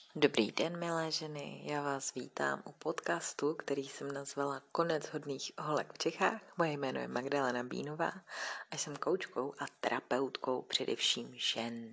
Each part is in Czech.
Dobrý den, milé ženy, já vás vítám u podcastu, který jsem nazvala Konec hodných holek v Čechách. Moje jméno je Magdalena Bínová a jsem koučkou a terapeutkou především žen.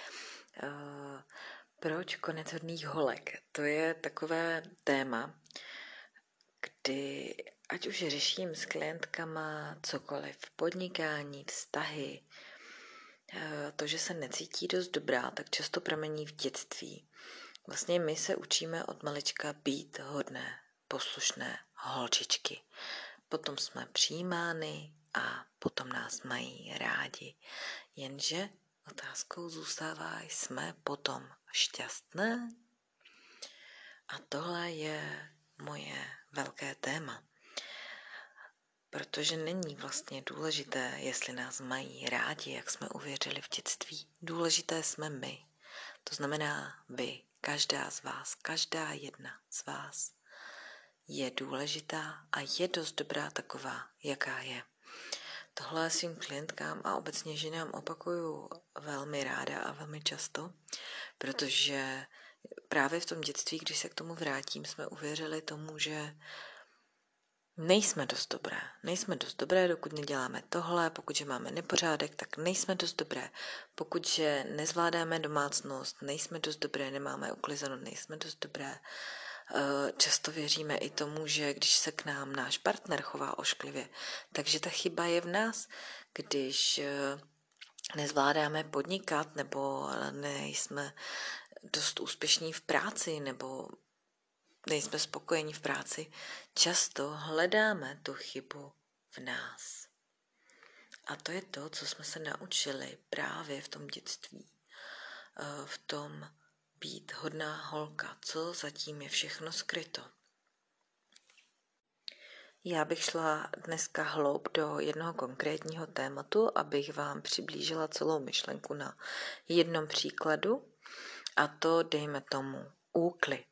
Proč konec hodných holek? To je takové téma, kdy ať už řeším s klientkama cokoliv, podnikání, vztahy, to, že se necítí dost dobrá, tak často pramení v dětství. Vlastně my se učíme od malička být hodné, poslušné holčičky. Potom jsme přijímány a potom nás mají rádi. Jenže otázkou zůstává, jsme potom šťastné? A tohle je moje velké téma. Protože není vlastně důležité, jestli nás mají rádi, jak jsme uvěřili v dětství. Důležité jsme my. To znamená vy, každá z vás, každá jedna z vás je důležitá a je dost dobrá taková, jaká je. Tohle svým klientkám a obecně ženám opakuju velmi ráda a velmi často, protože právě v tom dětství, když se k tomu vrátím, jsme uvěřili tomu, že nejsme dost dobré. Nejsme dost dobré, dokud neděláme tohle, pokud že máme nepořádek, tak nejsme dost dobré. Pokud že nezvládáme domácnost, nejsme dost dobré, nemáme uklizeno, nejsme dost dobré. Často věříme i tomu, že když se k nám náš partner chová ošklivě, takže ta chyba je v nás. Když nezvládáme podnikat nebo nejsme dost úspěšní v práci nebo nejsme spokojeni v práci, často hledáme tu chybu v nás. A to je to, co jsme se naučili právě v tom dětství. V tom být hodná holka, co zatím je všechno skryto. Já bych šla dneska hloub do jednoho konkrétního tématu, abych vám přiblížila celou myšlenku na jednom příkladu, a to dejme tomu úklid.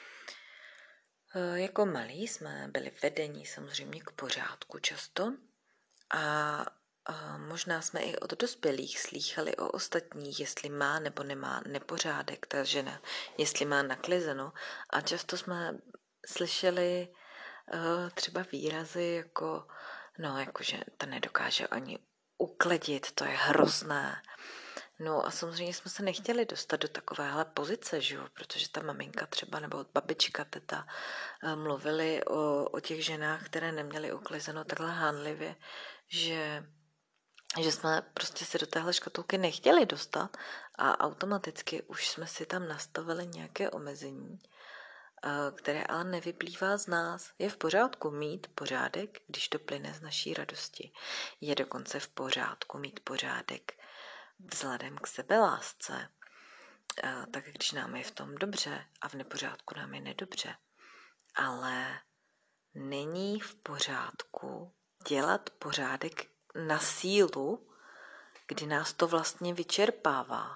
Jako malí jsme byli vedeni samozřejmě k pořádku často a možná jsme i od dospělých slýchali o ostatních, jestli má nebo nemá nepořádek ta žena, jestli má naklizeno, a často jsme slyšeli třeba výrazy jakože ta nedokáže ani uklidit, to je hrozné. No a samozřejmě jsme se nechtěli dostat do takovéhle pozice, že jo? Protože ta maminka třeba nebo babička, teta mluvili o těch ženách, které neměly uklizeno takhle hánlivě, že jsme prostě se do téhle škatulky nechtěli dostat a automaticky už jsme si tam nastavili nějaké omezení, které ale nevyplývá z nás. Je v pořádku mít pořádek, když to plyne z naší radosti. Je dokonce v pořádku mít pořádek vzhledem k sebelásce, tak když nám je v tom dobře a v nepořádku nám je nedobře. Ale není v pořádku dělat pořádek na sílu, kdy nás to vlastně vyčerpává,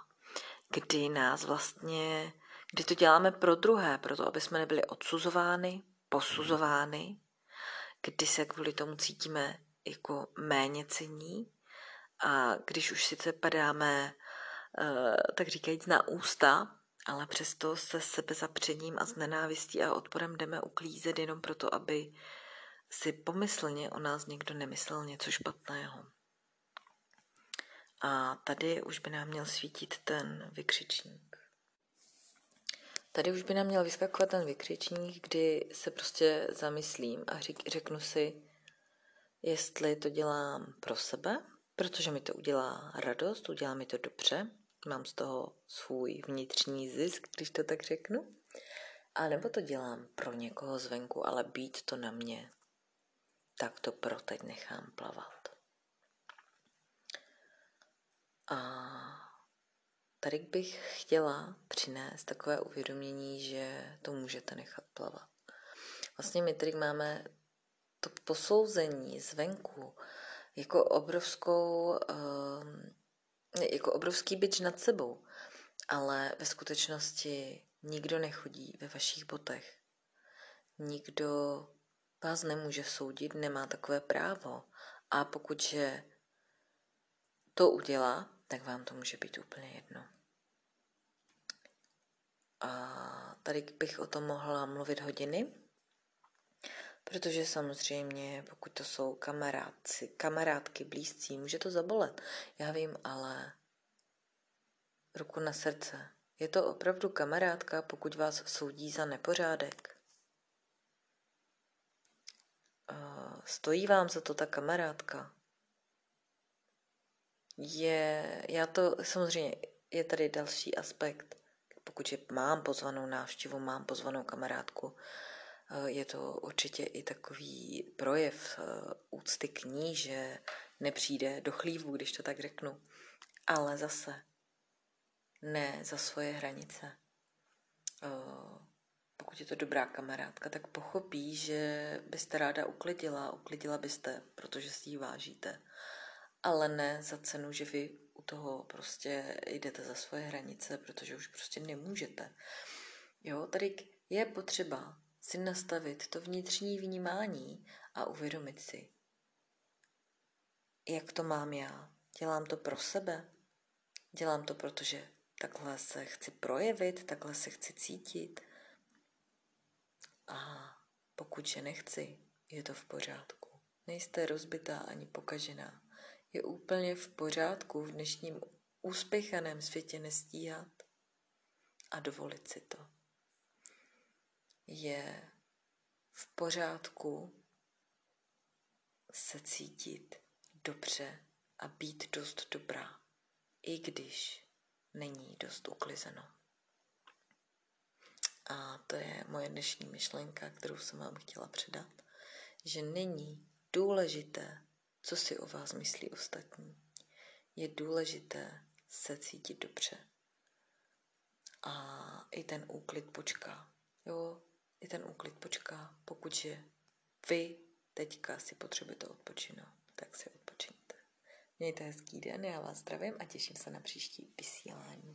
kdy to děláme pro druhé, proto aby jsme nebyli odsuzováni, posuzováni, kdy se kvůli tomu cítíme jako méněcenní a když už sice padáme, tak říkajíc, na ústa, ale přesto se sebezapřením a s nenávistí a odporem jdeme uklízet jenom proto, aby si pomyslně o nás někdo nemyslel něco špatného. A tady už by nám měl svítit ten vykřičník. Tady už by nám měl vyskakovat ten vykřičník, kdy se prostě zamyslím a řeknu si, jestli to dělám pro sebe, protože mi to udělá radost, udělá mi to dobře, mám z toho svůj vnitřní zisk, když to tak řeknu, a nebo to dělám pro někoho zvenku, ale být to na mě, tak to pro teď nechám plavat. A tady bych chtěla přinést takové uvědomění, že to můžete nechat plavat. Vlastně my tady máme to posouzení zvenku jako obrovský bič nad sebou, ale ve skutečnosti nikdo nechodí ve vašich botech. Nikdo vás nemůže soudit, nemá takové právo. A pokud to udělá, tak vám to může být úplně jedno. A tady bych o tom mohla mluvit hodiny, protože samozřejmě, pokud to jsou kamarádky, blízcí, může to zabolet. Já vím, ale ruku na srdce. Je to opravdu kamarádka, pokud vás soudí za nepořádek? Stojí vám za to ta kamarádka? Samozřejmě je tady další aspekt. Pokud mám pozvanou návštěvu, mám pozvanou kamarádku, je to určitě i takový projev úcty k ní, že nepřijde do chlívu, když to tak řeknu. Ale zase ne za svoje hranice. Pokud je to dobrá kamarádka, tak pochopí, že byste ráda uklidila byste, protože si ji vážíte. Ale ne za cenu, že vy u toho prostě jdete za svoje hranice, protože už prostě nemůžete. Jo, tady je potřeba si nastavit to vnitřní vnímání a uvědomit si, jak to mám já. Dělám to pro sebe? Dělám to, protože takhle se chci projevit, takhle se chci cítit? A pokud nechci, je to v pořádku. Nejste rozbitá ani pokažená. Je úplně v pořádku v dnešním uspěchaném světě nestíhat a dovolit si to. Je v pořádku se cítit dobře a být dost dobrá, i když není dost uklizeno. A to je moje dnešní myšlenka, kterou jsem vám chtěla předat, že není důležité, co si o vás myslí ostatní. Je důležité se cítit dobře. A i ten úklid počká. Jo, i ten úklid počká. Pokud vy teďka si potřebujete odpočinout, tak si odpočiňte. Mějte hezký den, já vás zdravím a těším se na příští vysílání.